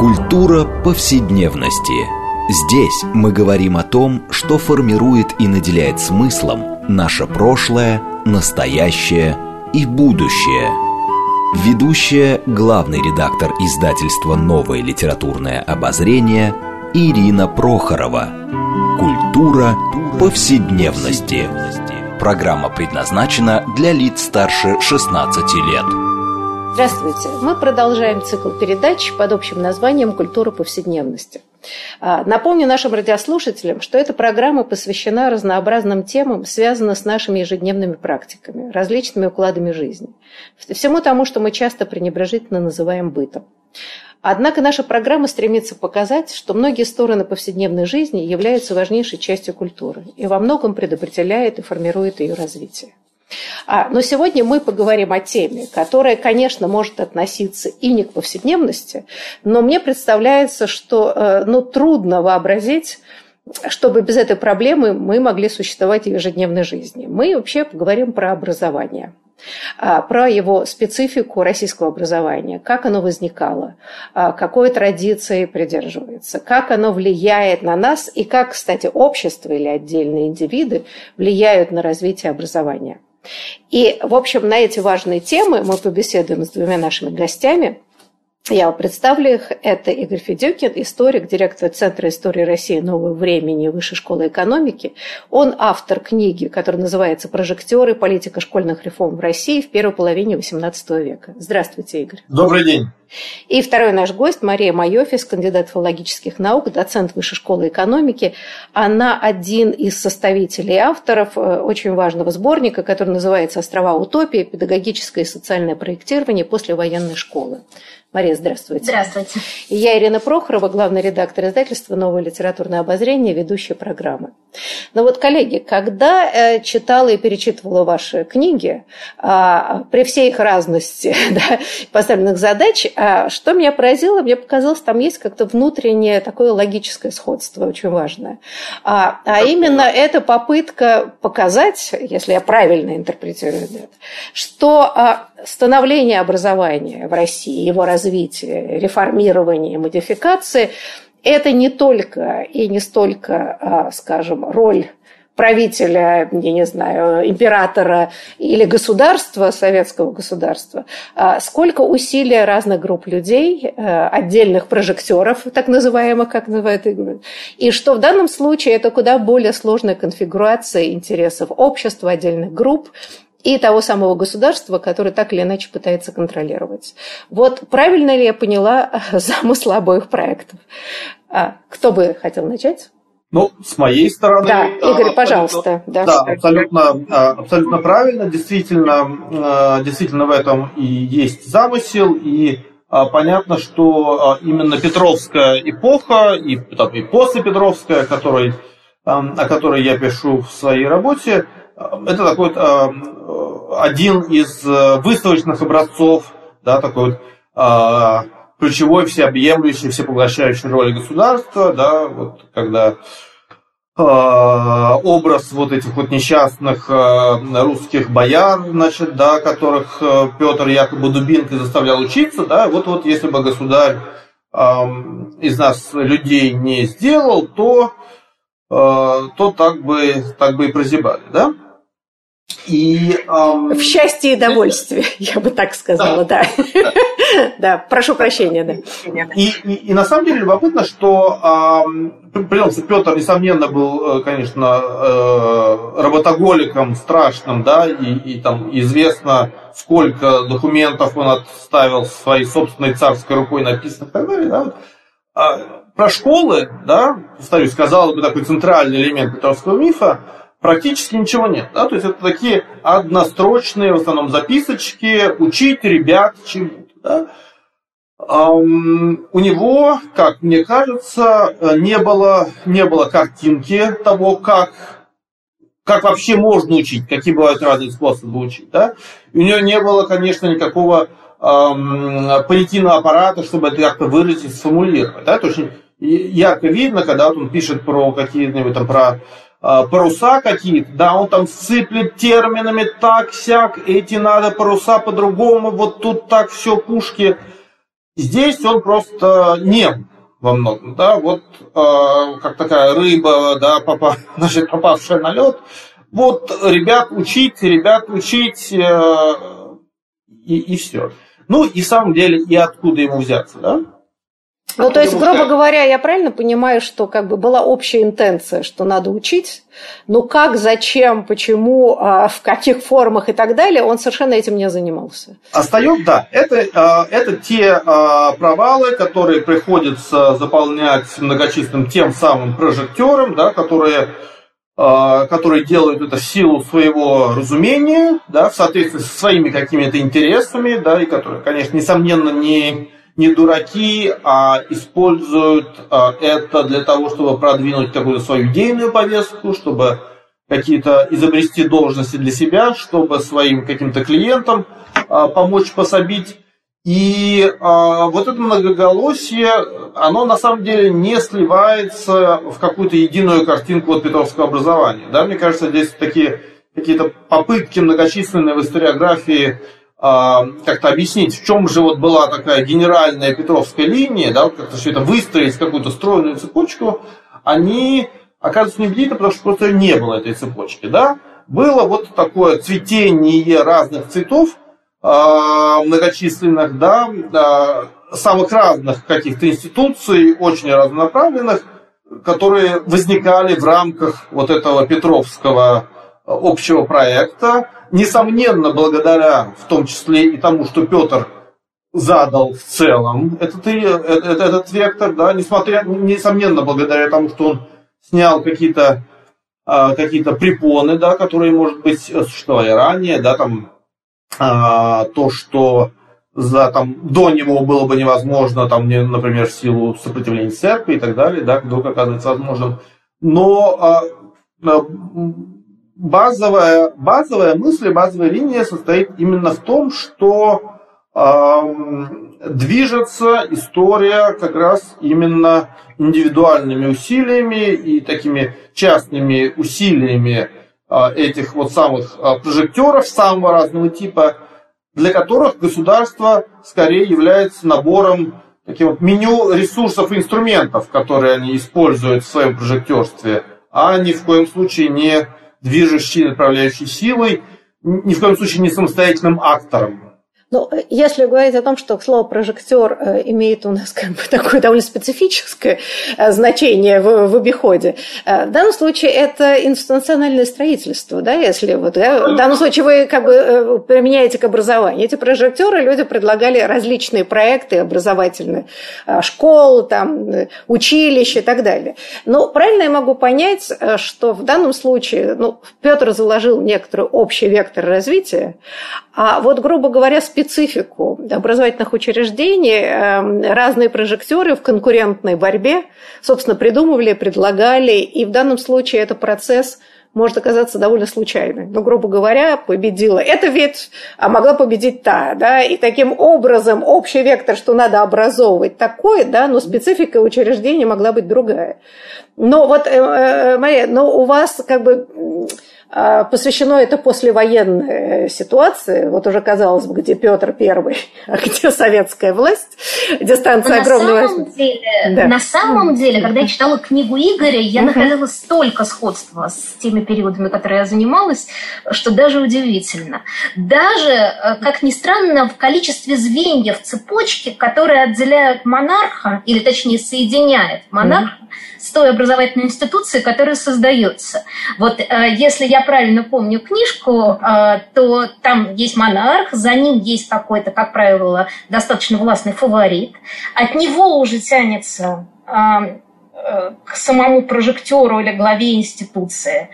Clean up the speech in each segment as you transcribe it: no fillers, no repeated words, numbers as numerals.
Культура повседневности. Здесь мы говорим о том, что формирует и наделяет смыслом наше прошлое, настоящее и будущее. Ведущая, главный редактор издательства «Новое литературное обозрение» Ирина Прохорова. Культура повседневности. Программа предназначена для лиц старше 16 лет. Здравствуйте! Мы продолжаем цикл передач под общим названием «Культура повседневности». Напомню нашим радиослушателям, что эта программа посвящена разнообразным темам, связанным с нашими ежедневными практиками, различными укладами жизни. Всему тому, что мы часто пренебрежительно называем бытом. Однако наша программа стремится показать, что многие стороны повседневной жизни являются важнейшей частью культуры и во многом предопределяет и формирует ее развитие. Но сегодня мы поговорим о теме, которая, конечно, может относиться и не к повседневности, но мне представляется, что трудно вообразить, чтобы без этой проблемы мы могли существовать в ежедневной жизни. Мы вообще поговорим про образование, про его специфику российского образования, как оно возникало, какой традиции придерживается, как оно влияет на нас и как, кстати, общество или отдельные индивиды влияют на развитие образования. И, в общем, на эти важные темы мы побеседуем с двумя нашими гостями. Я представлю их. Это Игорь Федюкин, историк, директор Центра истории России нового времени Высшей школы экономики. Он автор книги, которая называется «Прожектеры. Политика школьных реформ в России в первой половине XVIII века». Здравствуйте, Игорь. Добрый день. И второй наш гость Мария Майофис, кандидат филологических наук, доцент Высшей школы экономики. Она один из составителей и авторов очень важного сборника, который называется «Острова утопии. Педагогическое и социальное проектирование послевоенной школы». Мария, здравствуйте. Здравствуйте. И я, Ирина Прохорова, главный редактор издательства «Новое литературное обозрение», ведущая программы. Но вот, коллеги, когда читала и перечитывала ваши книги, при всей их разности поставленных задач, что меня поразило, мне показалось, там есть как-то внутреннее такое логическое сходство, очень важное. А именно эта попытка показать, если я правильно интерпретирую это, что становление образования в России, его развитие, реформирование, модификации – это не только и не столько, скажем, роль правителя, я не знаю, императора или государства, советского государства, сколько усилия разных групп людей, отдельных прожекторов, так называемых, как называют Игорь, и что в данном случае это куда более сложная конфигурация интересов общества, отдельных групп, и того самого государства, которое так или иначе пытается контролировать. Вот правильно ли я поняла замысл обоих проектов? Кто бы хотел начать? Ну, с моей стороны... Да, Игорь, пожалуйста. Да, абсолютно правильно. Действительно в этом и есть замысел. И понятно, что именно Петровская эпоха и послепетровская, о которой я пишу в своей работе, это такой один из выставочных образцов, да, такой ключевой, всеобъемлющей, всепоглощающей роли государства, да, вот когда образ вот этих вот несчастных русских бояр, значит, да, которых Петр якобы дубинкой заставлял учиться, да, вот если бы государь из нас людей не сделал, то так бы и прозябали, да? И, в счастье и довольстве, я бы так сказала, да. Да, прошу прощения, да. И на самом деле любопытно, что Петр, несомненно, был, конечно, работоголиком страшным, да, и там известно, сколько документов он отставил своей собственной царской рукой написанных и так далее, да, вот. Про школы, да, повторюсь, казалось бы, такой центральный элемент петровского мифа, практически ничего нет. Да? То есть это такие однострочные, в основном, записочки, учить ребят чему-то. Да? У него, как мне кажется, не было картинки того, как вообще можно учить, какие бывают разные способы учить. Да? И у него не было, конечно, никакого понятийного аппарата, чтобы это как-то выразить, сформулировать. Да? Это очень ярко видно, когда он пишет про какие-нибудь там про паруса какие-то, да, он там сыплет терминами так-сяк, эти надо паруса по-другому, вот тут так все пушки. Здесь он просто нем во многом, да, вот как такая рыба, да, попавшая на лед. Вот ребят учить, и все. Ну, и в самом деле, и откуда ему взяться, да? Ну, то есть, грубо говоря, я правильно понимаю, что как бы была общая интенция, что надо учить, но как, зачем, почему, в каких формах и так далее, он совершенно этим не занимался. Остается, да, это те провалы, которые приходится заполнять многочисленным тем самым прожектером, да, которые делают это в силу своего разумения, да, в соответствии со своими какими-то интересами, да, и которые, конечно, несомненно, не дураки, а используют это для того, чтобы продвинуть какую-то свою идейную повестку, чтобы какие-то изобрести должности для себя, чтобы своим каким-то клиентам помочь пособить. И вот это многоголосие, оно на самом деле не сливается в какую-то единую картинку от петровского образования. Да? Мне кажется, здесь такие какие-то попытки многочисленные в историографии как-то объяснить, в чем же вот была такая генеральная петровская линия, да, вот как-то все это выстроить в какую-то стройную цепочку, они оказываются неубедительны, потому что просто не было этой цепочки. Да? Было вот такое цветение разных цветов, многочисленных, да, самых разных каких-то институций, очень разнонаправленных, которые возникали в рамках вот этого петровского общего проекта, несомненно, благодаря в том числе и тому, что Петр задал в целом этот вектор, да, несомненно, благодаря тому, что он снял какие-то препоны, да, которые, может быть, существовали ранее, да, там, то, что до него было бы невозможно, там, например, в силу сопротивления церкви и так далее, да, вдруг оказывается возможным. Но базовая мысль, базовая линия состоит именно в том, что движется история как раз именно индивидуальными усилиями и такими частными усилиями этих вот самых прожектеров самого разного типа, для которых государство скорее является набором таким вот меню ресурсов и инструментов, которые они используют в своем прожектерстве, а ни в коем случае не движущей, направляющей силой, ни в коем случае не самостоятельным актором. Ну, если говорить о том, что слово «прожектор» имеет у нас как бы такое довольно специфическое значение в обиходе, в данном случае это институциональное строительство, да, если вот, да, в данном случае вы как бы применяете к образованию. Эти прожекторы люди предлагали различные проекты образовательные, школ, там, училища и так далее. Но правильно я могу понять, что в данном случае, ну, Петр заложил некоторый общий вектор развития, а вот, грубо говоря, специфику образовательных учреждений разные прожектеры в конкурентной борьбе, собственно, придумывали, предлагали, и в данном случае это процесс может оказаться довольно случайным. Ну, грубо говоря, победила эта ветвь, а могла победить та, да, и таким образом общий вектор, что надо образовывать такой, да, но специфика учреждения могла быть другая. Но вот, Мария, у вас как бы посвящено это послевоенной ситуации, вот уже казалось бы, где Петр I, а где советская власть, дистанция огромная. На самом деле, когда я читала книгу Игоря, я находила столько сходства с теми периодами, которые я занималась, что даже удивительно. Даже, как ни странно, в количестве звеньев цепочки, которые отделяют монарха, или точнее соединяют монарха, с той образовательной институцией, которая создается. Вот если я правильно помню книжку, то там есть монарх, за ним есть какой-то, как правило, достаточно властный фаворит. От него уже тянется к самому прожектеру или главе институции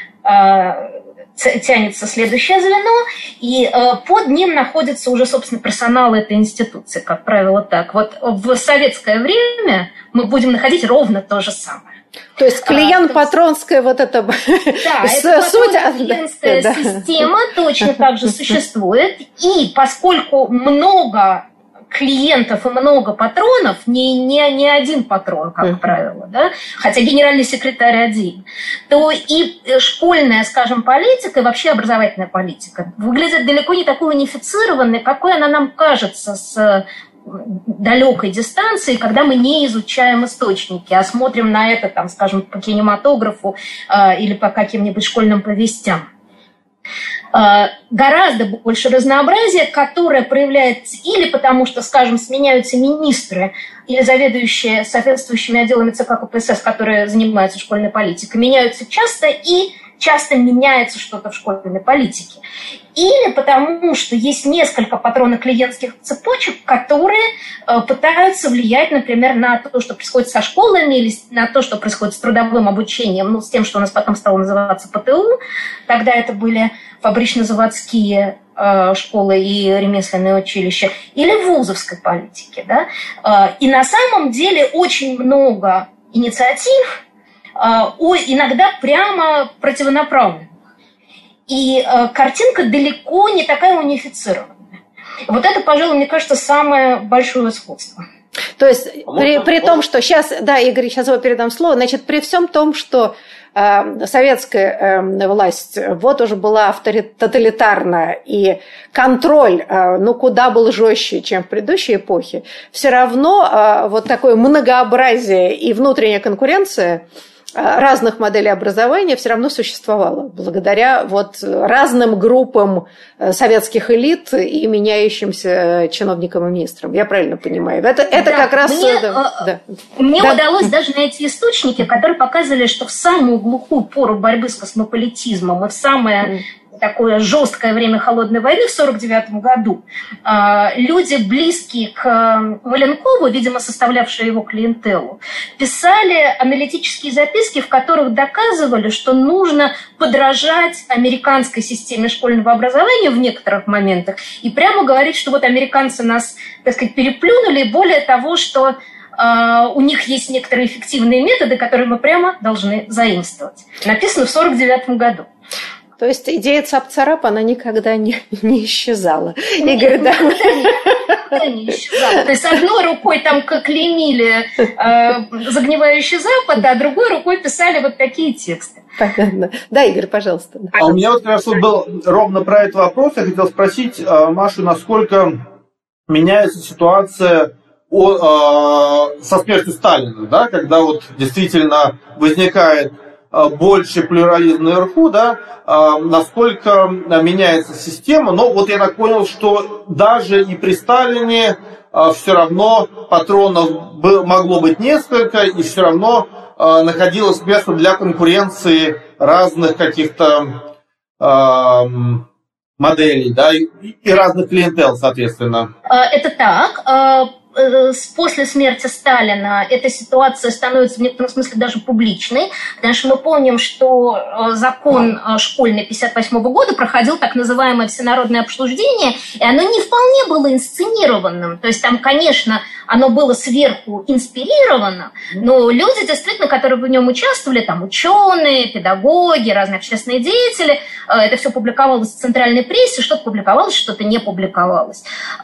тянется следующее звено, и под ним находится уже, собственно, персонал этой институции, как правило, так. Вот в советское время мы будем находить ровно то же самое. То есть клиент-патронская вот эта суть. Клиентская система точно так же существует, и поскольку много клиентов и много патронов, не один патрон, как правило, да, хотя генеральный секретарь один, то и школьная, скажем, политика, и вообще образовательная политика выглядит далеко не такой унифицированной, какой она нам кажется с далекой дистанции, когда мы не изучаем источники, а смотрим на это, там, скажем, по кинематографу или по каким-нибудь школьным повестям. Гораздо больше разнообразия, которое проявляется или потому, что, скажем, сменяются министры или заведующие соответствующими отделами ЦК КПСС, которые занимаются школьной политикой, меняются часто, и часто меняется что-то в школьной политике. Или потому, что есть несколько патронно-клиентских цепочек, которые пытаются влиять, например, на то, что происходит со школами, или на то, что происходит с трудовым обучением, ну, с тем, что у нас потом стало называться ПТУ. Тогда это были фабрично-заводские школы и ремесленные училища, или вузовской политики. Да? И на самом деле очень много инициатив, иногда прямо противонаправленных. И картинка далеко не такая унифицированная. Вот это, пожалуй, мне кажется, самое большое сходство. То есть при том, что сейчас, да, Игорь, сейчас я передам слово, значит, при всем том, что советская власть вот уже была тоталитарная, и контроль, ну, куда был жестче, чем в предыдущей эпохе, все равно вот такое многообразие и внутренняя конкуренция разных моделей образования все равно существовало, благодаря вот разным группам советских элит и меняющимся чиновникам и министрам. Я правильно понимаю? Это да, как раз... Мне удалось даже найти источники, которые показывали, что в самую глухую пору борьбы с космополитизмом и в самое такое жесткое время холодной войны в 1949 году люди, близкие к Маленкову, видимо, составлявшие его клиентелу, писали аналитические записки, в которых доказывали, что нужно подражать американской системе школьного образования в некоторых моментах и прямо говорить, что вот американцы нас, так сказать, переплюнули, и более того, что у них есть некоторые эффективные методы, которые мы прямо должны заимствовать. Написано в 1949 году. То есть идея цап-царап, она никогда не исчезала. Игорь, да. Никогда не исчезала. То есть одной рукой там клеймили загнивающий Запад, а другой рукой писали вот такие тексты. Понятно. Да, Игорь, пожалуйста. А у меня вот как раз был ровно про этот вопрос. Я хотел спросить Машу, насколько меняется ситуация со смертью Сталина, да, когда вот действительно возникает больше плюрализм наверху, да, насколько меняется система. Но вот я так понял, что даже и при Сталине все равно патронов могло быть несколько, и все равно находилось место для конкуренции разных каких-то моделей, да, и разных клиентел, соответственно. Это так. После смерти Сталина эта ситуация становится в некотором смысле даже публичной, потому что мы помним, что закон школьный 1958 года проходил так называемое всенародное обсуждение, и оно не вполне было инсценированным. То есть там, конечно, оно было сверху инспирировано, но люди, действительно, которые в нем участвовали, там ученые, педагоги, разные общественные деятели, это все публиковалось в центральной прессе, что-то публиковалось, что-то не публиковалось.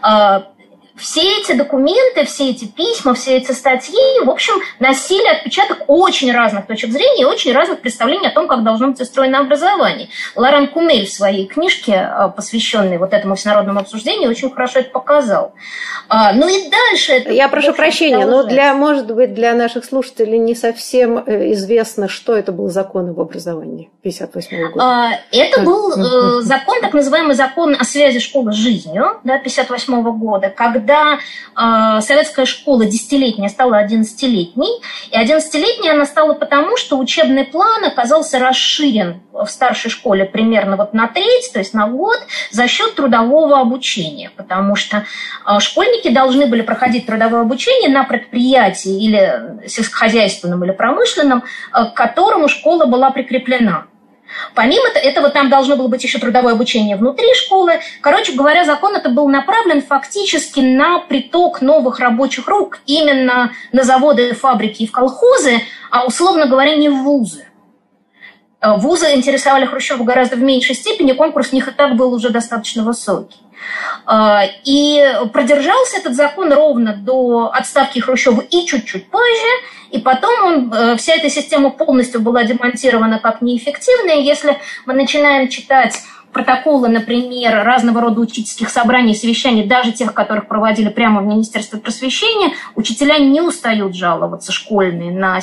Все эти документы, все эти письма, все эти статьи, в общем, носили отпечаток очень разных точек зрения и очень разных представлений о том, как должно быть устроено образование. Лоран Кунель в своей книжке, посвященной вот этому всенародному обсуждению, очень хорошо это показал. Ну и дальше... Я прошу прощения, но может быть, для наших слушателей не совсем известно, что это был закон об образовании 1958 года. Это был закон, так называемый закон о связи школы с жизнью, 1958 года, когда советская школа 10-летняя стала 11-летней, и 11-летней она стала потому, что учебный план оказался расширен в старшей школе примерно вот на треть, то есть на год, за счет трудового обучения, потому что школьники должны были проходить трудовое обучение на предприятии или сельскохозяйственном, или промышленном, к которому школа была прикреплена. Помимо этого, там должно было быть еще трудовое обучение внутри школы. Короче говоря, закон это был направлен фактически на приток новых рабочих рук именно на заводы, фабрики и в колхозы, а, условно говоря, не в вузы. Вузы интересовали Хрущева гораздо в меньшей степени, конкурс в них и так был уже достаточно высокий. И продержался этот закон ровно до отставки Хрущева и чуть-чуть позже, и потом вся эта система полностью была демонтирована как неэффективная. Если мы начинаем читать протоколы, например, разного рода учительских собраний, совещаний, даже тех, которых проводили прямо в Министерстве просвещения, учителя не устают жаловаться, школьные, на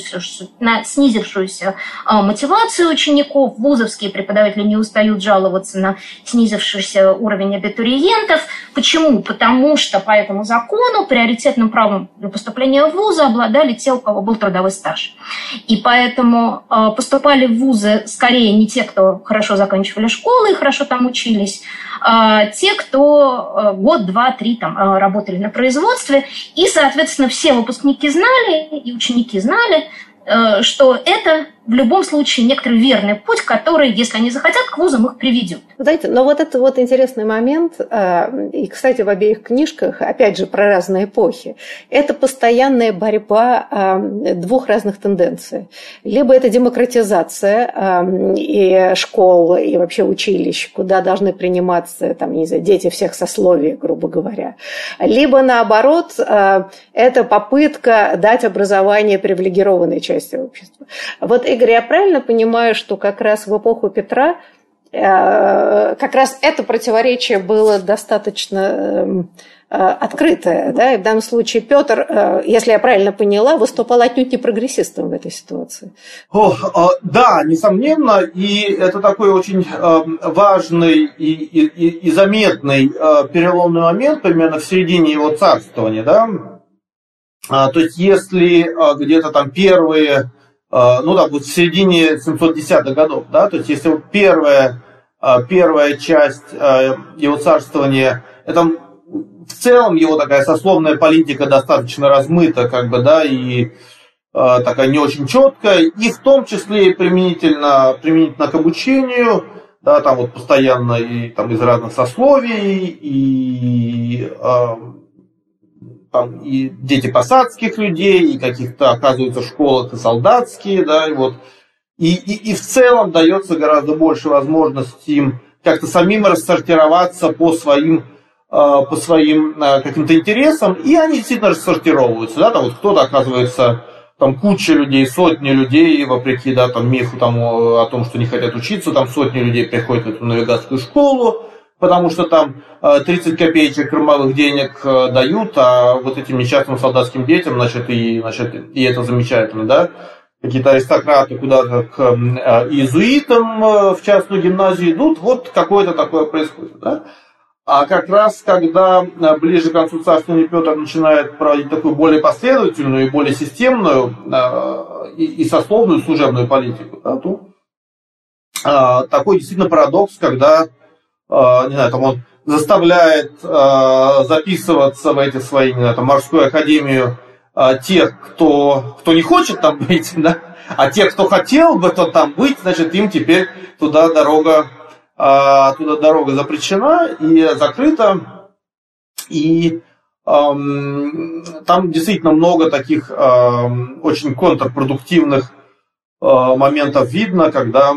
снизившуюся мотивацию учеников, вузовские преподаватели не устают жаловаться на снизившийся уровень абитуриентов. Почему? Потому что по этому закону приоритетным правом для поступления в вузы обладали те, у кого был трудовой стаж. И поэтому поступали в вузы скорее не те, кто хорошо заканчивали школу и хорошо там учились, а те, кто год, два, три там работали на производстве. И, соответственно, все выпускники знали, и ученики знали, что это в любом случае некоторый верный путь, который, если они захотят, к вузам их приведет. Знаете, но вот это вот интересный момент, и, кстати, в обеих книжках, опять же, про разные эпохи, это постоянная борьба двух разных тенденций. Либо это демократизация и школ, и вообще училищ, куда должны приниматься, там, не знаю, дети всех сословий, грубо говоря. Либо, наоборот, это попытка дать образование привилегированной части общества. Вот, Игорь, я правильно понимаю, что как раз в эпоху Петра как раз это противоречие было достаточно открытое, да? И в данном случае Петр, если я правильно поняла, выступал отнюдь не прогрессистом в этой ситуации. Да, несомненно, и это такой очень важный и заметный переломный момент примерно в середине его царствования, да? То есть если где-то там первые, в середине 710-х годов, да, то есть если вот первая часть его царствования, это в целом его такая сословная политика достаточно размыта, как бы, да, и такая не очень четкая, и в том числе и применительно к обучению, да, там вот постоянно и там из разных сословий, и дети посадских людей, и каких-то, оказывается, в школах и солдатские, да, и вот. И в целом дается гораздо больше возможностей им как-то самим рассортироваться по своим каким-то интересам, и они действительно рассортировываются, да, там вот кто-то, оказывается, там куча людей, сотни людей, вопреки, да, там мифу там, о том, что не хотят учиться, там сотни людей приходят в эту навигатскую школу, потому что там 30 копеечек кормовых денег дают, а вот этим несчастным солдатским детям, значит, и это замечательно, да, какие-то аристократы куда-то к иезуитам в частную гимназию идут, вот какое-то такое происходит, да. А как раз, когда ближе к концу царствования Петр начинает проводить такую более последовательную и более системную и сословную служебную политику, да, то такой действительно парадокс, когда не знаю, там он заставляет записываться в эти свои, не знаю, там, морскую академию тех, кто не хочет там быть, да, а те, кто хотел бы там быть, значит, им теперь туда дорога запрещена и закрыта. И там действительно много таких очень контрпродуктивных моментов видно, когда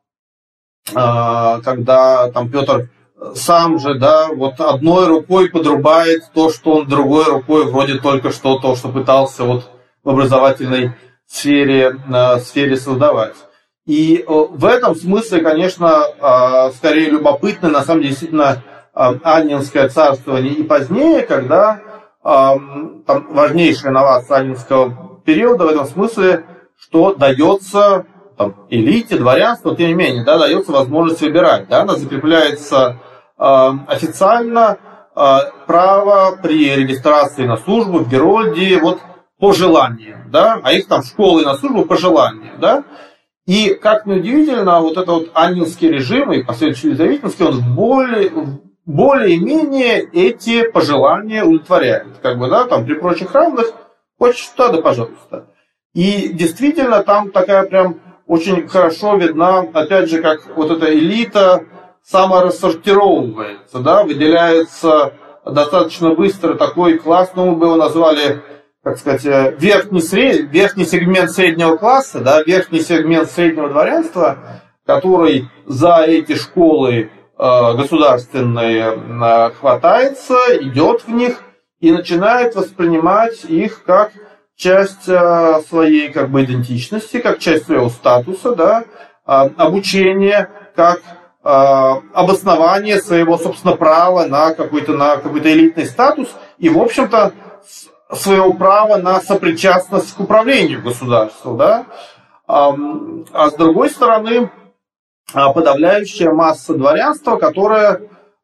там Петр сам же, да, вот одной рукой подрубает то, что он другой рукой вроде только что то, что пытался вот в образовательной сфере создавать. И в этом смысле, конечно, скорее любопытно, на самом деле, действительно, Аннинское царствование и позднее, когда там важнейшая инновация аннинского периода в этом смысле, что дается там, элите, дворянству, тем не менее, да, дается возможность выбирать. Да, она закрепляется официально право при регистрации на службу в Герольде вот, по желанию. Да, а их там в школы и на службу по желанию. Да. И, как неудивительно, вот этот вот аннинский режим и последующий елизаветинский, он более-менее эти пожелания удовлетворяет. Как бы, да, там при прочих равных, хочешь туда, да пожалуйста. И действительно там такая прям очень хорошо видна, опять же, как вот эта элита саморассортировывается, да, выделяется достаточно быстро такой класс, ну, мы бы его назвали, как сказать, верхний сегмент среднего класса, да, верхний сегмент среднего дворянства, который за эти школы государственные хватается, идет в них и начинает воспринимать их как часть своей как бы идентичности, как часть своего статуса, да, обучение как обоснование своего, собственно, права на какой-то элитный статус и, в общем-то, своего права на сопричастность к управлению государством. Да? А с другой стороны, подавляющая масса дворянства, которая,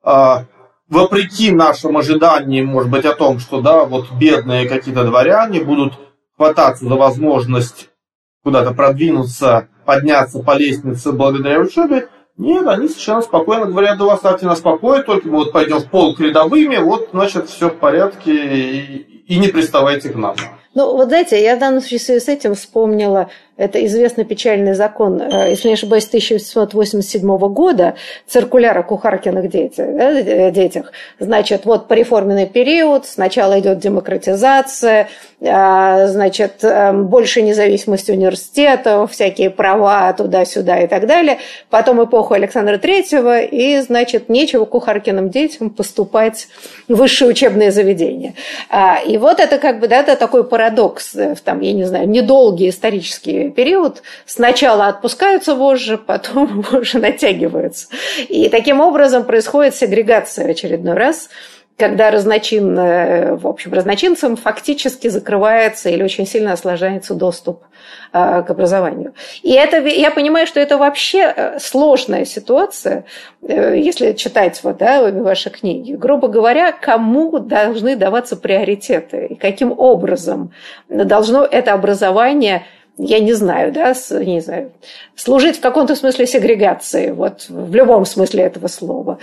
вопреки нашим ожиданиям, может быть, о том, что да, вот бедные какие-то дворяне будут хвататься за возможность куда-то продвинуться, подняться по лестнице благодаря учебе, нет, они совершенно спокойно говорят: да, оставьте нас в покое, только мы вот пойдем в полк рядовыми, вот, значит, все в порядке, и не приставайте к нам. Ну, вот знаете, я в данном случае с этим вспомнила, это известный печальный закон, если не ошибаюсь, 1887 года, циркуляр о кухаркиных детях. Значит, вот пореформенный период, сначала идет демократизация, значит, больше независимости университетов, всякие права туда-сюда и так далее. Потом эпоха Александра Третьего, и, значит, нечего кухаркиным детям поступать в высшие учебные заведения. И вот это как бы, да, это такой парадокс, там, я не знаю, недолгий исторический период. Сначала отпускаются вожжи, потом вожжи натягиваются. И таким образом происходит сегрегация в очередной раз, когда разночинцам фактически закрывается или очень сильно осложняется доступ к образованию. И это, я понимаю, что это вообще сложная ситуация, если читать обе ваши книги. Грубо говоря, кому должны даваться приоритеты и каким образом должно это образование, я не знаю, служить в каком-то смысле сегрегации, вот в любом смысле этого слова,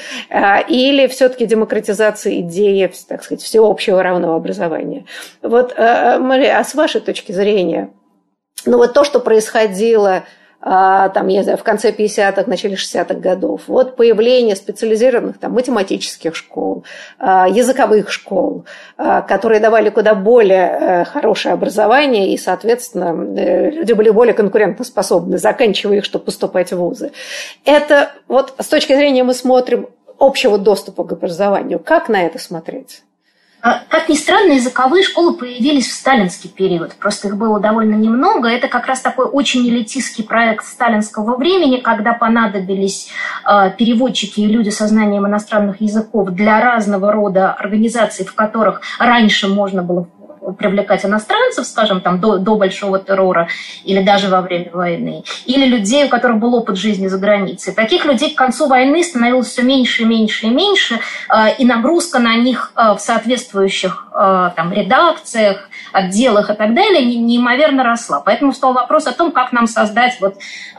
или все-таки демократизации идеи, так сказать, всеобщего равного образования. Вот, Мария, а с вашей точки зрения, вот то, что происходило там, я знаю, в конце 50-х, начале 60-х годов, вот появление специализированных там, математических школ, языковых школ, которые давали куда более хорошее образование, и, соответственно, люди были более конкурентоспособны, заканчивая их, чтобы поступать в вузы. Это вот с точки зрения мы смотрим общего доступа к образованию. Как на это смотреть? Как ни странно, языковые школы появились в сталинский период. Просто их было довольно немного. Это как раз такой очень элитистский проект сталинского времени, когда понадобились переводчики и люди со знанием иностранных языков для разного рода организаций, в которых раньше можно было привлекать иностранцев, скажем, там, до большого террора или даже во время войны, или людей, у которых был опыт жизни за границей. Таких людей к концу войны становилось все меньше и меньше и меньше, и нагрузка на них в соответствующих там, редакциях, отделах и так далее неимоверно росла. Поэтому встал вопрос о том, как нам создать вот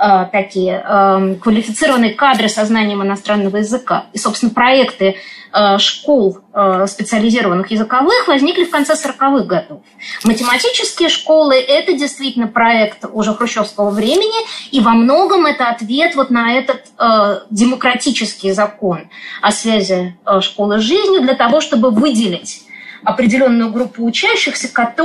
такие квалифицированные кадры со знанием иностранного языка. И, собственно, проекты школ специализированных языковых возникли в конце 40-х годов. Математические школы – это действительно проект уже хрущевского времени, и во многом это ответ вот на этот демократический закон о связи школы с жизнью для того, чтобы выделить определенную группу учащихся,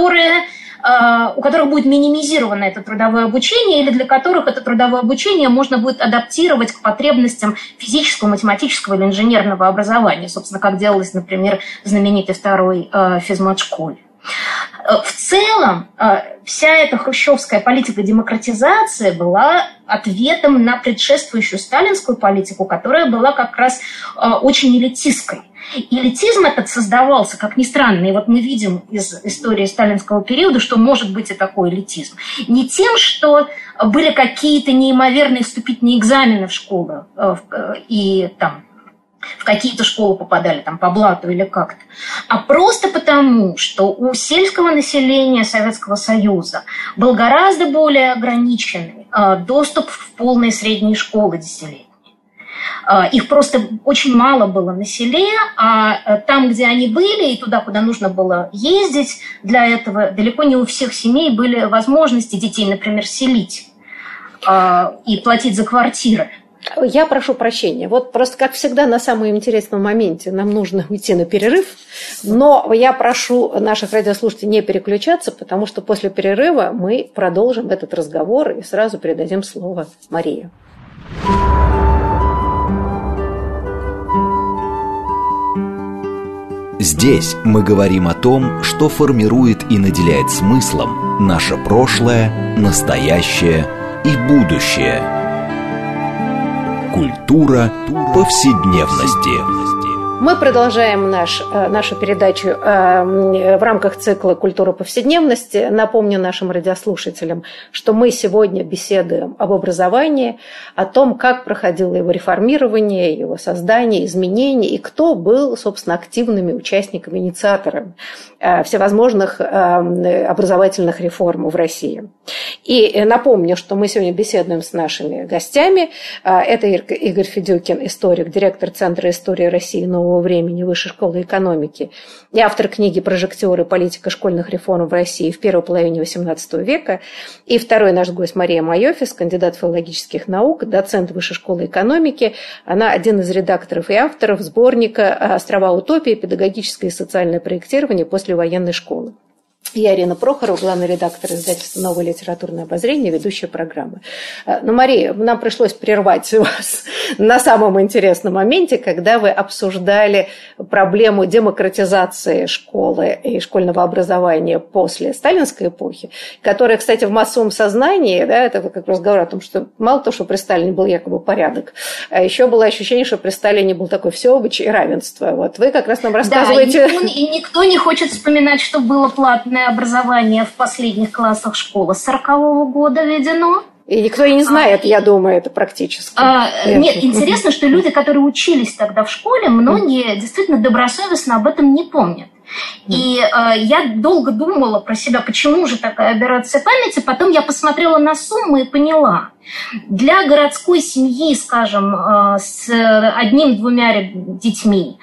у которых будет минимизировано это трудовое обучение, или для которых это трудовое обучение можно будет адаптировать к потребностям физического, математического или инженерного образования, собственно, как делалось, например, в знаменитой второй физмат-школе. В целом, вся эта хрущевская политика демократизации была ответом на предшествующую сталинскую политику, которая была как раз очень элитистской. Элитизм этот создавался, как ни странно, и вот мы видим из истории сталинского периода, что может быть и такой элитизм. Не тем, что были какие-то неимоверные вступительные экзамены в школы, и там в какие-то школы попадали там, по блату или как-то, а просто потому, что у сельского населения Советского Союза был гораздо более ограниченный доступ в полные средние школы десятилетние. Их просто очень мало было на селе, а там, где они были, и туда, куда нужно было ездить, для этого далеко не у всех семей были возможности детей, например, селить и платить за квартиры. Я прошу прощения. Вот просто, как всегда, на самом интересном моменте нам нужно уйти на перерыв, но я прошу наших радиослушателей не переключаться, потому что после перерыва мы продолжим этот разговор и сразу передадим слово Марии. Здесь мы говорим о том, что формирует и наделяет смыслом наше прошлое, настоящее и будущее. Культура повседневности. Мы продолжаем нашу передачу в рамках цикла «Культура повседневности». Напомню нашим радиослушателям, что мы сегодня беседуем об образовании, о том, как проходило его реформирование, его создание, изменения, и кто был, собственно, активными участниками, инициаторами всевозможных образовательных реформ в России. И напомню, что мы сегодня беседуем с нашими гостями. Это Игорь Федюкин, историк, директор Центра истории России нового времени Высшей школы экономики и автор книги «Прожектёры. Политика школьных реформ в России в первой половине XVIII века». И второй наш гость Мария Майофис, кандидат филологических наук, доцент Высшей школы экономики. Она один из редакторов и авторов сборника «Острова утопии. Педагогическое и социальное проектирование после военной школы». Я Ирина Прохорова, главный редактор издательства «Новое литературное обозрение», ведущая программы. Но, Мария, нам пришлось прервать вас на самом интересном моменте, когда вы обсуждали проблему демократизации школы и школьного образования после сталинской эпохи, которая, кстати, в массовом сознании, да, это как разговор о том, что мало того, что при Сталине был якобы порядок, а еще было ощущение, что при Сталине был такой всеобыч и равенство. Вот вы как раз нам рассказываете... Да, и никто не хочет вспоминать, что было платное образование в последних классах школы с 40-го года введено. И никто и не знает, я думаю, это практически. Нет, интересно, что люди, которые учились тогда в школе, многие действительно добросовестно об этом не помнят. И я долго думала про себя, почему же такая аберрация памяти. Потом я посмотрела на сумму и поняла. Для городской семьи, скажем, с одним-двумя детьми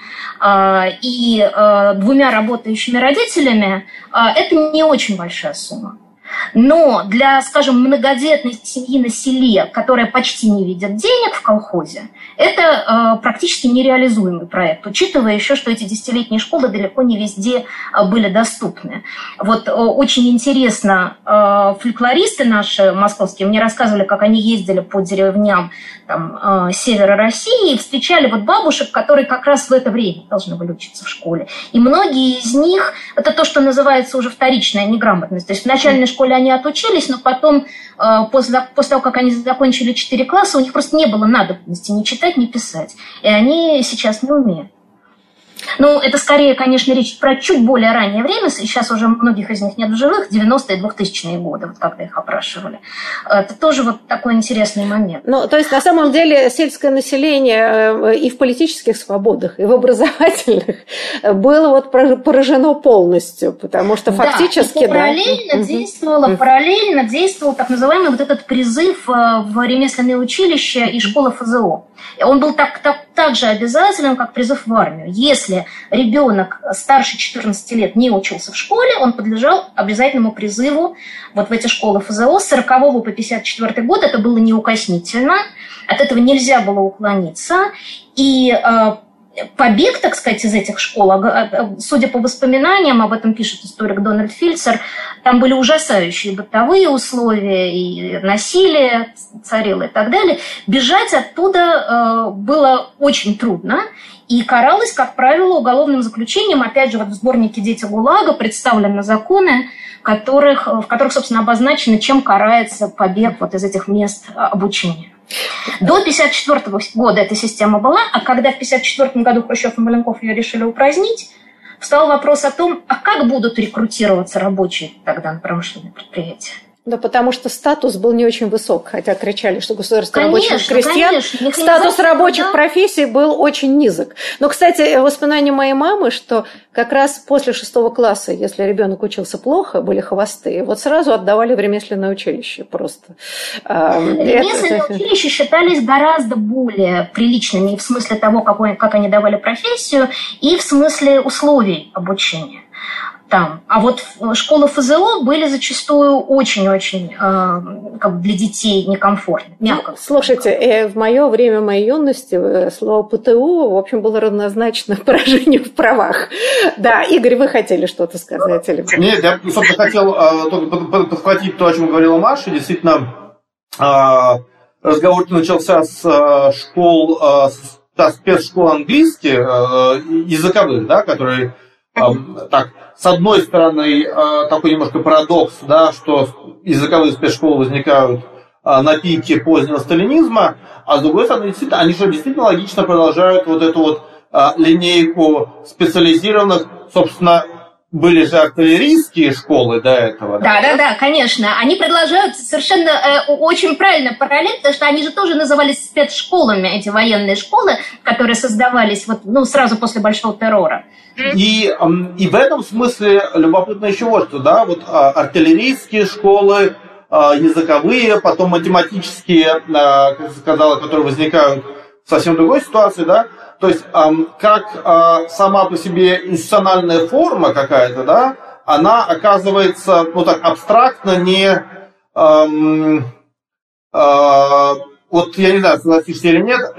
и двумя работающими родителями, это не очень большая сумма. Но для, скажем, многодетной семьи на селе, которая почти не видит денег в колхозе, это практически нереализуемый проект, учитывая еще, что эти десятилетние школы далеко не везде были доступны. Вот очень интересно, фольклористы наши московские мне рассказывали, как они ездили по деревням там, севера России и встречали вот бабушек, которые как раз в это время должны были учиться в школе. И многие из них, это то, что называется уже вторичная неграмотность. То есть в начальной школе они отучились, но потом, после того, как они закончили 4 класса, у них просто не было надобности ни читать, ни писать. И они сейчас не умеют. Ну, это скорее, конечно, речь про чуть более раннее время. Сейчас уже многих из них нет в живых, 90-е и 2000-е годы, вот когда их опрашивали. Это тоже вот такой интересный момент. Ну, то есть, на самом деле, сельское население и в политических свободах, и в образовательных было вот поражено полностью, потому что фактически... Да, параллельно действовал так называемый вот этот призыв в ремесленные училища и школы ФЗО. Он был так же обязателен, как призыв в армию. Если ребенок старше 14 лет не учился в школе, он подлежал обязательному призыву вот в эти школы ФЗО с 40 по 54 год. Это было неукоснительно, от этого нельзя было уклониться. И побег, так сказать, из этих школ, судя по воспоминаниям, об этом пишет историк Дональд Фильцер, там были ужасающие бытовые условия, и насилие царило и так далее. Бежать оттуда было очень трудно и каралось, как правило, уголовным заключением. Опять же, вот в сборнике «Дети ГУЛАГа» представлены законы, в которых, собственно, обозначено, чем карается побег вот из этих мест обучения. До 1954 года эта система была, а когда в 1954 году Хрущев и Маленков ее решили упразднить, встал вопрос о том, а как будут рекрутироваться рабочие тогда на промышленные предприятия. Да, потому что статус был не очень высок, хотя кричали, что государство рабочих крестьян, статус рабочих профессий был очень низок. Но, кстати, воспоминания моей мамы, что как раз после 6 класса, если ребенок учился плохо, были хвосты, вот сразу отдавали в ремесленное училище просто. Ремесленные училища считались гораздо более приличными в смысле того, как они давали профессию, и в смысле условий обучения. Там. А вот школы ФЗО были зачастую очень-очень как бы для детей некомфортны, мягко. Слушайте, в мое время моей юности слово ПТУ, в общем, было равнозначно поражению в правах. Да, Игорь, вы хотели что-то сказать? Нет, я, собственно, хотел только подхватить то, о чем говорила Маша. Действительно, разговор начался с школ, с спецшкол английских, языковых, да, которые так, с одной стороны, такой немножко парадокс, да, что языковые спецшколы возникают на пике позднего сталинизма, а с другой стороны, они же действительно логично продолжают вот эту вот линейку специализированных, собственно, были же артиллерийские школы до этого. Да, конечно. Они продолжают совершенно очень правильно параллель, потому что они же тоже назывались спецшколами, эти военные школы, которые создавались сразу после Большого террора. И в этом смысле любопытно еще вот что, да, вот артиллерийские школы, языковые, потом математические, как я сказала, которые возникают в совсем другой ситуации, да, то есть как сама по себе институциональная форма какая-то, да, она оказывается, так абстрактно не, вот я не знаю, согласишься или нет,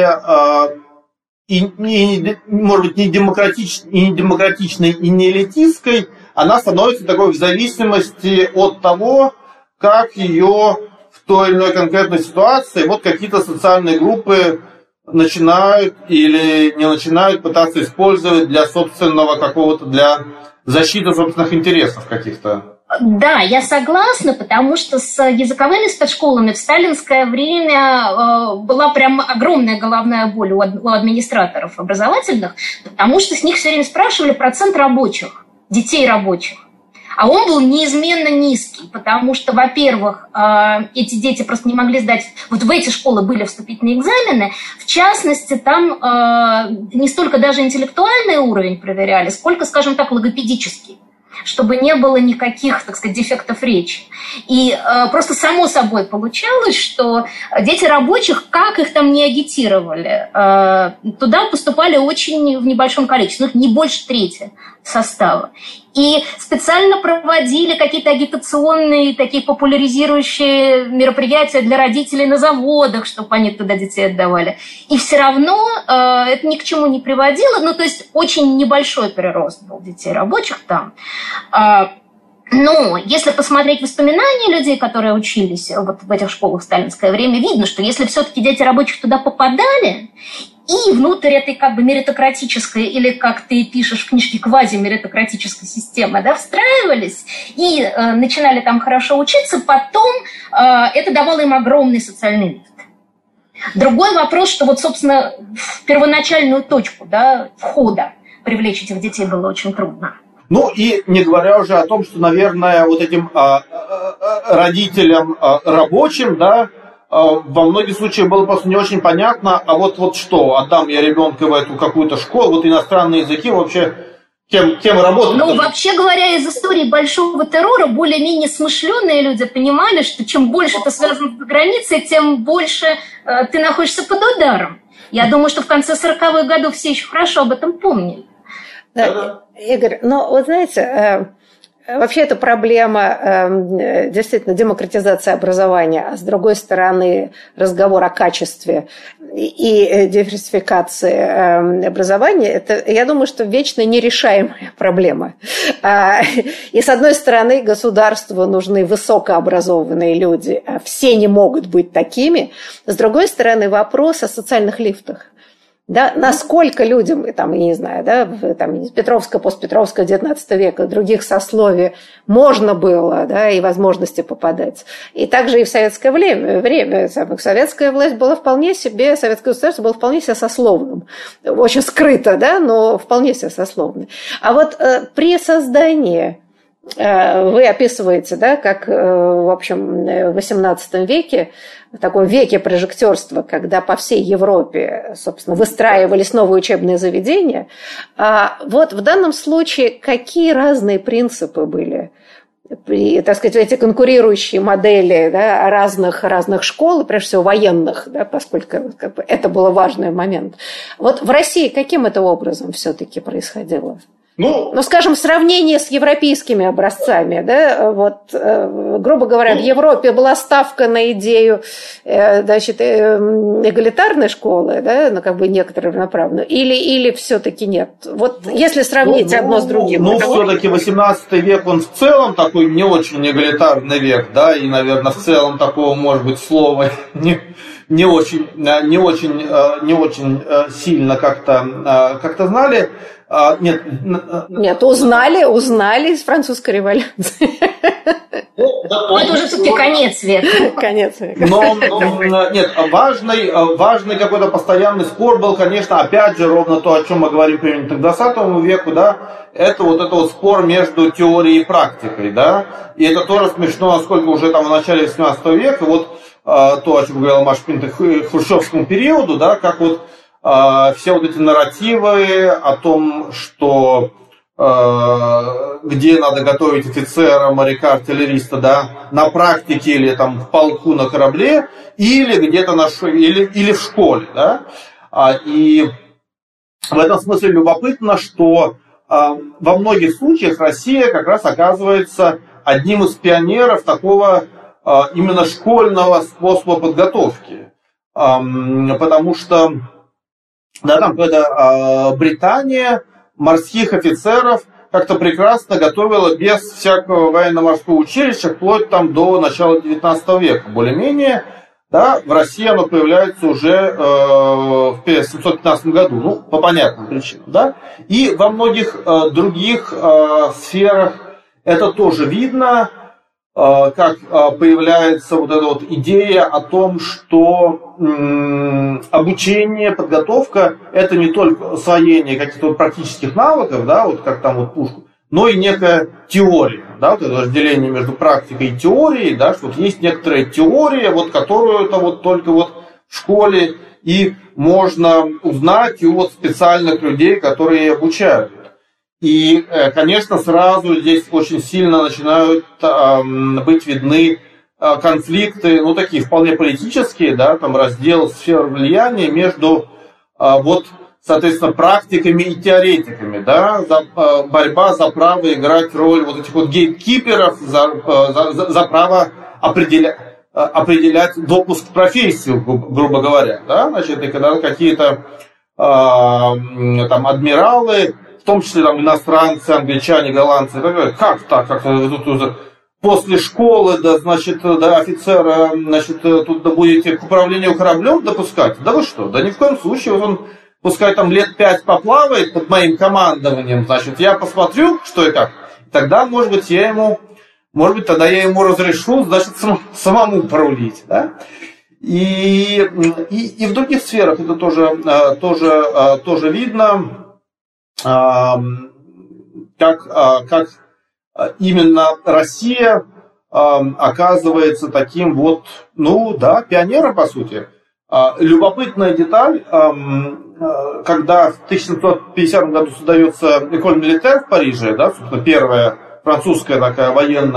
может быть, не демократичной и не элитистской, она становится такой в зависимости от того, как ее в той или иной конкретной ситуации вот какие-то социальные группы начинают или не начинают пытаться использовать для собственного какого-то, для защиты собственных интересов каких-то. Да, я согласна, потому что с языковыми спецшколами в сталинское время была прям огромная головная боль у администраторов образовательных, потому что с них все время спрашивали процент рабочих, детей рабочих. А он был неизменно низкий, потому что, во-первых, эти дети просто не могли сдать... Вот в эти школы были вступительные экзамены. В частности, там не столько даже интеллектуальный уровень проверяли, сколько, скажем так, логопедический, чтобы не было никаких, так сказать, дефектов речи. И просто само собой получалось, что дети рабочих, как их там не агитировали, туда поступали очень в небольшом количестве, не больше трети состава. И специально проводили какие-то агитационные, такие популяризирующие мероприятия для родителей на заводах, чтобы они туда детей отдавали. И все равно это ни к чему не приводило. То есть очень небольшой прирост был детей рабочих там. Но если посмотреть воспоминания людей, которые учились вот в этих школах в сталинское время, видно, что если все-таки дети рабочих туда попадали, и внутрь этой как бы меритократической, или, как ты пишешь в книжке, квазимеритократической системы, да, встраивались и начинали там хорошо учиться, потом это давало им огромный социальный лифт. Другой вопрос, что вот, собственно, в первоначальную точку, да, входа привлечь этих детей было очень трудно. И не говоря уже о том, что, наверное, вот этим родителям рабочим, да, во многих случаях было просто не очень понятно, а вот что, отдам я ребенка в эту какую-то школу, вот иностранные языки вообще, кем работать? Вообще говоря, из истории Большого террора более-менее смышленые люди понимали, что чем больше ты связан с границей, тем больше ты находишься под ударом. Я думаю, что в конце 40-х годов все еще хорошо об этом помнили. Да, Игорь, вот знаете, вообще это проблема действительно демократизации образования, а с другой стороны разговор о качестве и диверсификации образования, это, я думаю, что вечно нерешаемая проблема. И с одной стороны государству нужны высокообразованные люди, а все не могут быть такими. С другой стороны вопрос о социальных лифтах. Да, насколько людям, я не знаю, да, из Петровского, постпетровского, XIX века, других сословий можно было, да, и возможности попадать. И также и в советское время советская власть была вполне себе, советское государство было вполне себе сословным. Очень скрыто, да, но вполне себе сословным. А вот при создании вы описываете, да, как, в общем, в XVIII веке, в таком веке прожектерства, когда по всей Европе, собственно, выстраивались новые учебные заведения. Вот в данном случае какие разные принципы были? Так сказать, эти конкурирующие модели, да, разных школ, прежде всего военных, да, поскольку это был важный момент. Вот в России каким это образом все-таки происходило? Скажем, в сравнении с европейскими образцами, да, грубо говоря, в Европе была ставка на идею, эгалитарной школы, да, некоторую равноправную, или все-таки нет? Вот если сравнить одно с другим. Все-таки 18 век, он в целом такой не очень эгалитарный век, да, и, наверное, в целом такого, может быть, слова не очень сильно как-то знали. Нет, узнали из французской революции. Это уже все-таки конец века. Конец века. Но нет, важный какой-то постоянный спор был, конечно, опять же, ровно то, о чем мы говорим примерно к 20 веку, да, это вот спор между теорией и практикой, да, и это тоже смешно, насколько уже там в начале 18 века, вот то, о чем говорила Маша Пинта, к хрущевскому периоду, да, как вот все вот эти нарративы о том, что где надо готовить офицера, моряка, артиллериста, да, на практике или там в полку на корабле, или где-то или в школе, да. И в этом смысле любопытно, что во многих случаях Россия как раз оказывается одним из пионеров такого именно школьного способа подготовки. Потому что, да, там когда Британия морских офицеров как-то прекрасно готовила без всякого военно-морского училища, вплоть там до начала 19 века, более-менее. Да, в России оно появляется уже в 1715 году, ну, по понятным причинам. Да? И во многих других сферах это тоже видно, как появляется вот эта вот идея о том, что обучение, подготовка – это не только освоение каких-то вот практических навыков, да, вот как там вот пушку, но и некая теория, да, вот это разделение между практикой и теорией, да, что вот есть некоторая теория, вот которую это вот только вот в школе и можно узнать у вот специальных людей, которые обучают. И, конечно, сразу здесь очень сильно начинают быть видны конфликты, ну, такие вполне политические, да, там раздел сфер влияния между, вот, соответственно, практиками и теоретиками, да, борьба за право играть роль вот этих вот гейткиперов, за право определять допуск в профессию, грубо говоря, да, значит, и когда какие-то там адмиралы, в том числе там иностранцы, англичане, голландцы, как так, после школы, да, значит, да, офицера, значит, тут да будете к управлению кораблем допускать? Да вы что? Да ни в коем случае, вот он, пускай там лет 5 поплавает под моим командованием, значит, я посмотрю, что и как, тогда, может быть, тогда я ему разрешу, значит, самому порулить, да? И в других сферах это тоже видно. Как именно Россия оказывается таким вот, ну да, пионером, по сути. Любопытная деталь, когда в 1750 году создается Эколь Милитер в Париже, да, собственно, первая французская такая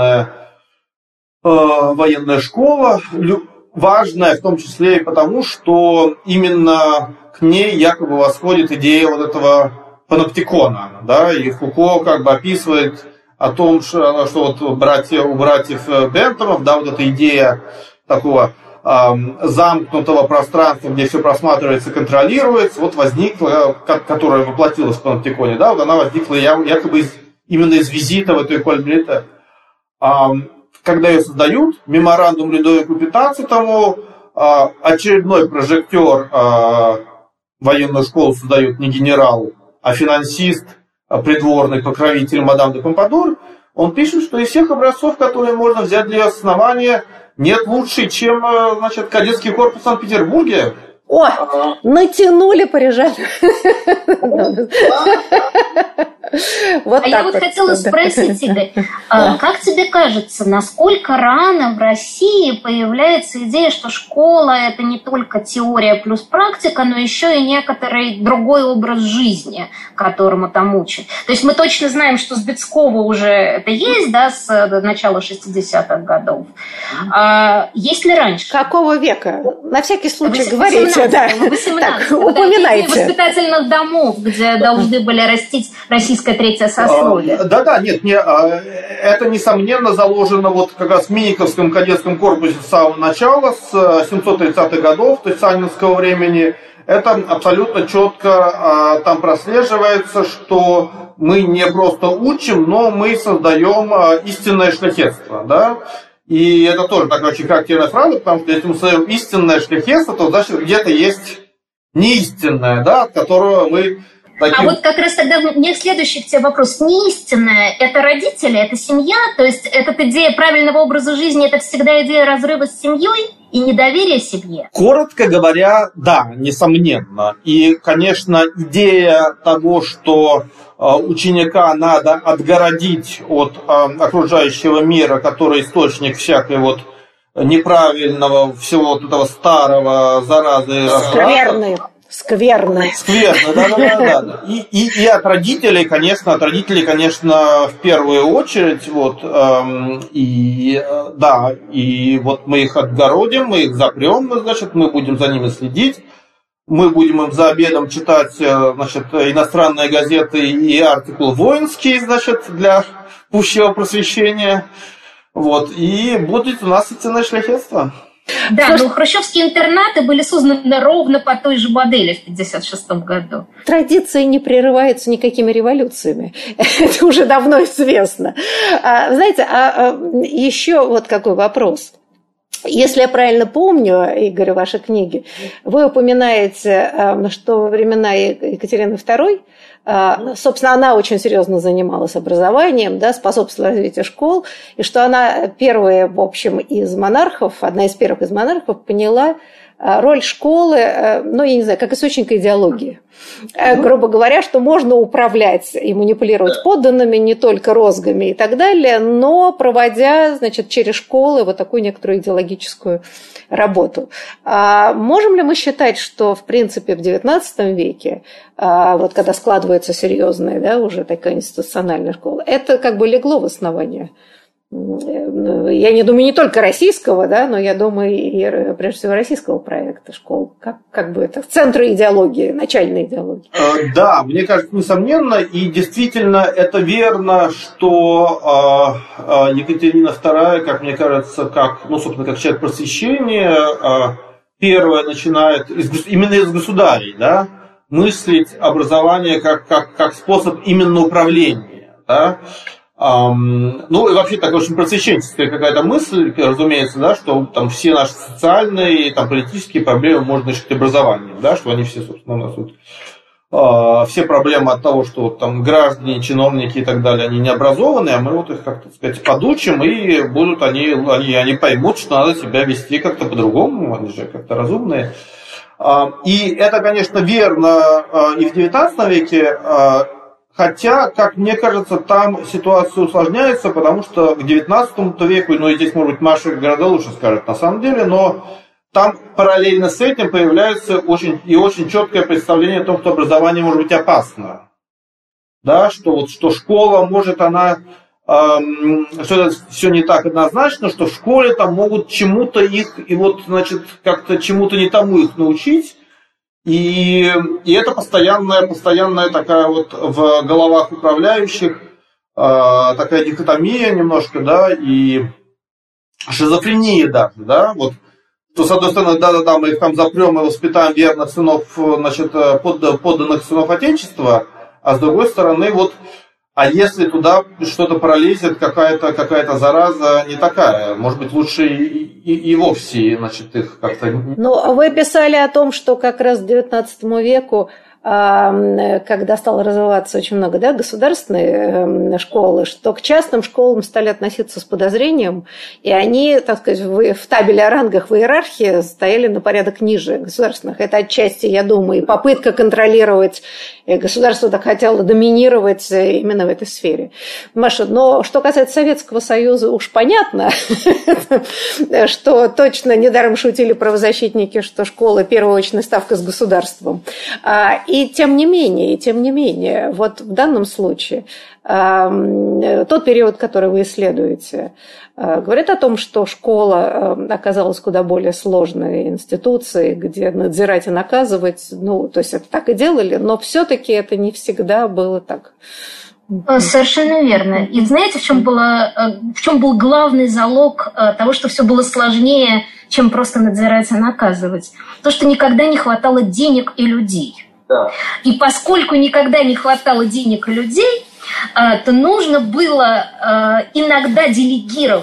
военная школа, важная в том числе и потому, что именно к ней якобы восходит идея вот этого паноптикона, да, и Фуко как бы описывает о том, что вот у братьев Бентамов, да, вот эта идея такого замкнутого пространства, где все просматривается, контролируется, вот возникла, которая воплотилась в паноптиконе, да, вот она возникла якобы именно из визита в эту Эколь Милитер. Когда ее создают, меморандум Людовику XV, очередной прожектор военную школу создает не генерал, а финансист, придворный покровитель мадам де Помпадур, он пишет, что из всех образцов, которые можно взять для основания, нет лучше, чем, значит, кадетский корпус в Санкт-Петербурге. О, натянули парижан. Вот я вот хотела спросить, Игорь, как тебе кажется, насколько рано в России появляется идея, что школа – это не только теория плюс практика, но еще и некоторый другой образ жизни, которому там учат? То есть мы точно знаем, что с Бецкого уже это есть, да, с начала 60-х годов. Есть ли раньше? Какого века? На всякий случай говорите, да. 18, упоминайте. Воспитательных домов, где должны были растить российское третье сословие. Да, нет, это несомненно заложено вот как раз в Миниковском кадетском корпусе с самого начала, с 730-х годов, то есть санинского времени. Это абсолютно четко там прослеживается, что мы не просто учим, но мы создаем истинное шляхетство, да. И это тоже такая очень характерная фраза, потому что если мы создаем истинное шляхетство, то значит где-то есть неистинное, да, от которого мы А вот как раз тогда у меня следующий к тебе вопрос. Не истинная – это родители, это семья? То есть эта идея правильного образа жизни – это всегда идея разрыва с семьей и недоверия семье? Коротко говоря, да, несомненно. И, конечно, идея того, что ученика надо отгородить от окружающего мира, который источник всякой вот неправильного, всего вот этого старого, заразы. Скверный, да. И от родителей, конечно, в первую очередь, вот, и вот мы их отгородим, мы их запрем, мы будем за ними следить, мы будем им за обедом читать, иностранные газеты и артикул воинский, для пущего просвещения, вот, и будет у нас истинное шляхетство. Да, но хрущевские интернаты были созданы ровно по той же модели в 1956 году. Традиции не прерываются никакими революциями. Это уже давно известно. Знаете, еще вот какой вопрос. Если я правильно помню, Игорь, ваши книги, вы упоминаете, что во времена Екатерины II, собственно, она очень серьезно занималась образованием, да, способствовала развитию школ, и что она первая, в общем, одна из первых из монархов поняла роль школы, я не знаю, как источника идеологии. Грубо говоря, что можно управлять и манипулировать подданными не только розгами и так далее, но проводя, через школы вот такую некоторую идеологическую работу. Можем ли мы считать, что, в принципе, в XIX веке, вот когда складывается серьезная, да, уже такая институциональная школа, это как бы легло в основание? Я не думаю не только российского, да, но я думаю и прежде всего российского проекта школ. Как бы это центр идеологии, начальной идеологии. Да, мне кажется, несомненно, и действительно это верно, что Екатерина II, как мне кажется, собственно, как человек просвещения, первое начинает именно из государей, да, мыслить образование как способ именно управления, да. И вообще такая очень просвещенческая какая-то мысль, разумеется, да, что там все наши социальные, политические проблемы можно решить образованием, да, что они все, собственно, у нас вот, все проблемы от того, что там граждане, чиновники и так далее, они не образованы, а мы вот их, как-то сказать, подучим, и будут они поймут, что надо себя вести как-то по-другому, они же как-то разумные. И это, конечно, верно и в XIX веке. Хотя, как мне кажется, там ситуация усложняется, потому что к XIX веку, и здесь, может быть, Маша гораздо лучше скажет на самом деле, но там параллельно с этим появляется очень четкое представление о том, что образование может быть опасно. Да, что школа может, что это все не так однозначно, что в школе там могут чему-то их, как-то чему-то не тому их научить. И это постоянная такая вот в головах управляющих такая дихотомия немножко, да, и шизофрения даже, да, вот, то с одной стороны, да, мы их там запрем и воспитаем верных сынов, подданных сынов Отечества, а с другой стороны, вот, а если туда что-то пролезет, какая-то зараза не такая, может быть, лучше и вовсе, их как-то... Вы писали о том, что как раз к XIX веку, когда стало развиваться очень много, да, государственные школы, что к частным школам стали относиться с подозрением, и они, так сказать, в табеле о рангах в иерархии стояли на порядок ниже государственных. Это отчасти, я думаю, и попытка контролировать, и государство так хотело доминировать именно в этой сфере. Маша, но что касается Советского Союза, уж понятно, что точно недаром шутили правозащитники, что школа – первая очная ставка с государством. И тем не менее, вот в данном случае тот период, который вы исследуете, говорит о том, что школа оказалась куда более сложной институцией, где надзирать и наказывать, то есть это так и делали, но все-таки это не всегда было так. Совершенно верно. И знаете, в чем был главный залог того, что все было сложнее, чем просто надзирать и наказывать? То, что никогда не хватало денег и людей. Да. И поскольку никогда не хватало денег и людей, то нужно было иногда делегировать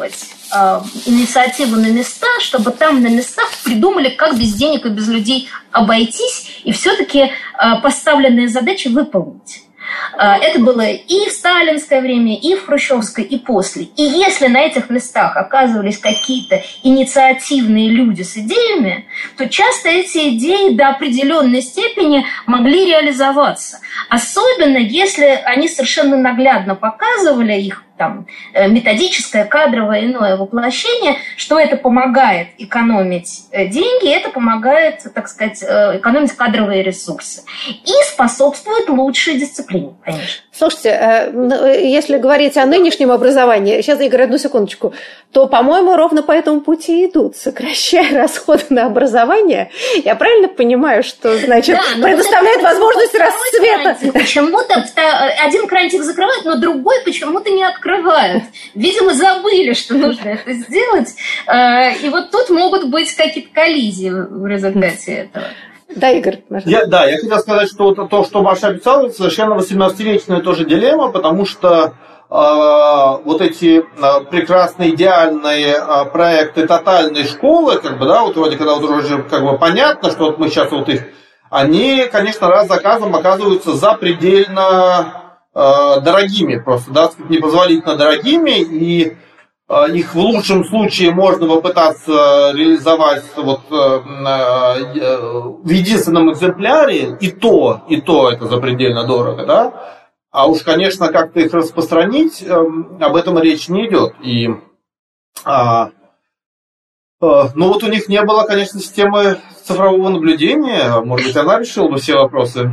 инициативу на места, чтобы там на местах придумали, как без денег и без людей обойтись и все-таки поставленные задачи выполнить. Это было и в сталинское время, и в хрущевское, и после. И если на этих местах оказывались какие-то инициативные люди с идеями, то часто эти идеи до определенной степени могли реализоваться. Особенно если они совершенно наглядно показывали их там, методическое, кадровое, иное воплощение, что это помогает экономить деньги, это помогает, так сказать, экономить кадровые ресурсы. И способствует лучшей дисциплине, конечно. Слушайте, если говорить о нынешнем образовании, сейчас, Игорь, одну секундочку, то, по-моему, ровно по этому пути идут, сокращая расходы на образование. Я правильно понимаю, что, значит, предоставляет возможность расцвета? Почему-то один крантик закрывают, но другой почему-то не открывают. Видимо, забыли, что нужно это сделать. И вот тут могут быть какие-то коллизии в результате этого. Да, Игорь, пожалуйста. Я хотел сказать, что то, что Маша описала, это совершенно 18-вечная тоже дилемма, потому что вот эти прекрасные, идеальные проекты тотальной школы, как бы, да, вот вроде когда вот уже как бы понятно, что вот мы сейчас вот их, они, конечно, раз за разом оказываются запредельно дорогими, просто, да, непозволительно дорогими, и их в лучшем случае можно попытаться реализовать вот, в единственном экземпляре, и то это запредельно дорого, да? А уж, конечно, как-то их распространить, об этом речь не идет. И, ну вот у них не было, конечно, системы цифрового наблюдения, может быть, она решила бы все вопросы.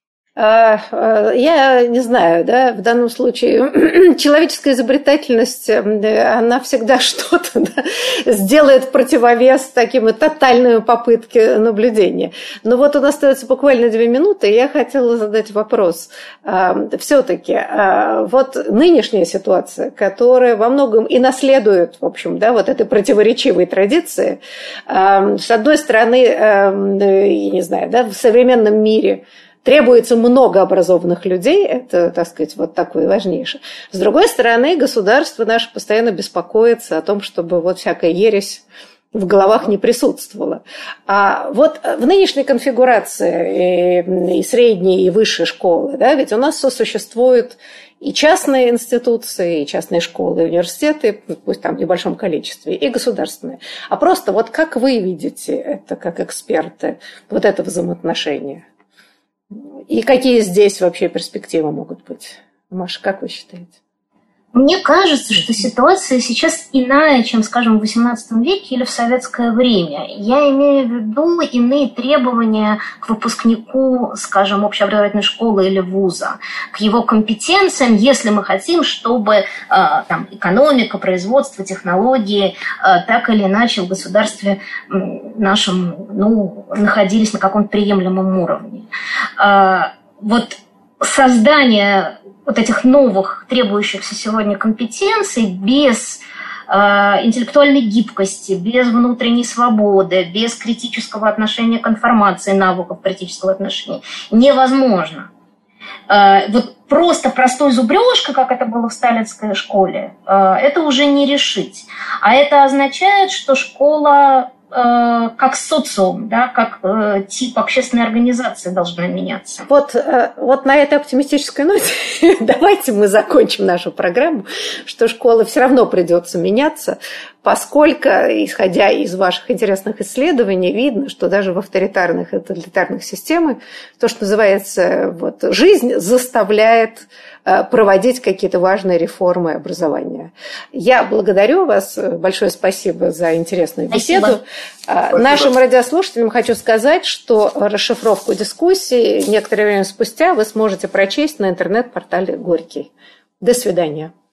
Я не знаю, да, в данном случае человеческая изобретательность, она всегда что-то, да, сделает противовес таким тотальной попытке наблюдения. Но вот у нас остается буквально 2 минуты, и я хотела задать вопрос. Все-таки вот нынешняя ситуация, которая во многом и наследует, в общем, да, вот этой противоречивой традиции, с одной стороны, я не знаю, да, в современном мире требуется много образованных людей, это, так сказать, вот такое важнейшее. С другой стороны, государство наше постоянно беспокоится о том, чтобы вот всякая ересь в головах не присутствовала. А вот в нынешней конфигурации и средней, и высшей школы, да, ведь у нас сосуществуют и частные институции, и частные школы, и университеты, пусть там в небольшом количестве, и государственные. А просто вот как вы видите это, как эксперты, вот это взаимоотношение? И какие здесь вообще перспективы могут быть? Маша, как вы считаете? Мне кажется, что ситуация сейчас иная, чем, скажем, в XVIII веке или в советское время. Я имею в виду иные требования к выпускнику, скажем, общеобразовательной школы или вуза, к его компетенциям, если мы хотим, чтобы там, экономика, производство, технологии так или иначе в государстве нашем находились на каком-то приемлемом уровне. Вот создание вот этих новых, требующихся сегодня компетенций без интеллектуальной гибкости, без внутренней свободы, без критического отношения к информации, навыков критического отношения невозможно. Вот просто простой зубрежка, как это было в сталинской школе, это уже не решить. А это означает, что школа как социум, да, как тип общественной организации должна меняться. Вот на этой оптимистической ноте давайте мы закончим нашу программу, что школе все равно придется меняться, поскольку, исходя из ваших интересных исследований, видно, что даже в авторитарных и тоталитарных системах то, что называется вот, жизнь, заставляет проводить какие-то важные реформы образования. Я благодарю вас. Большое спасибо за интересную беседу. Спасибо. Нашим радиослушателям хочу сказать, что расшифровку дискуссии некоторое время спустя вы сможете прочесть на интернет-портале «Горький». До свидания.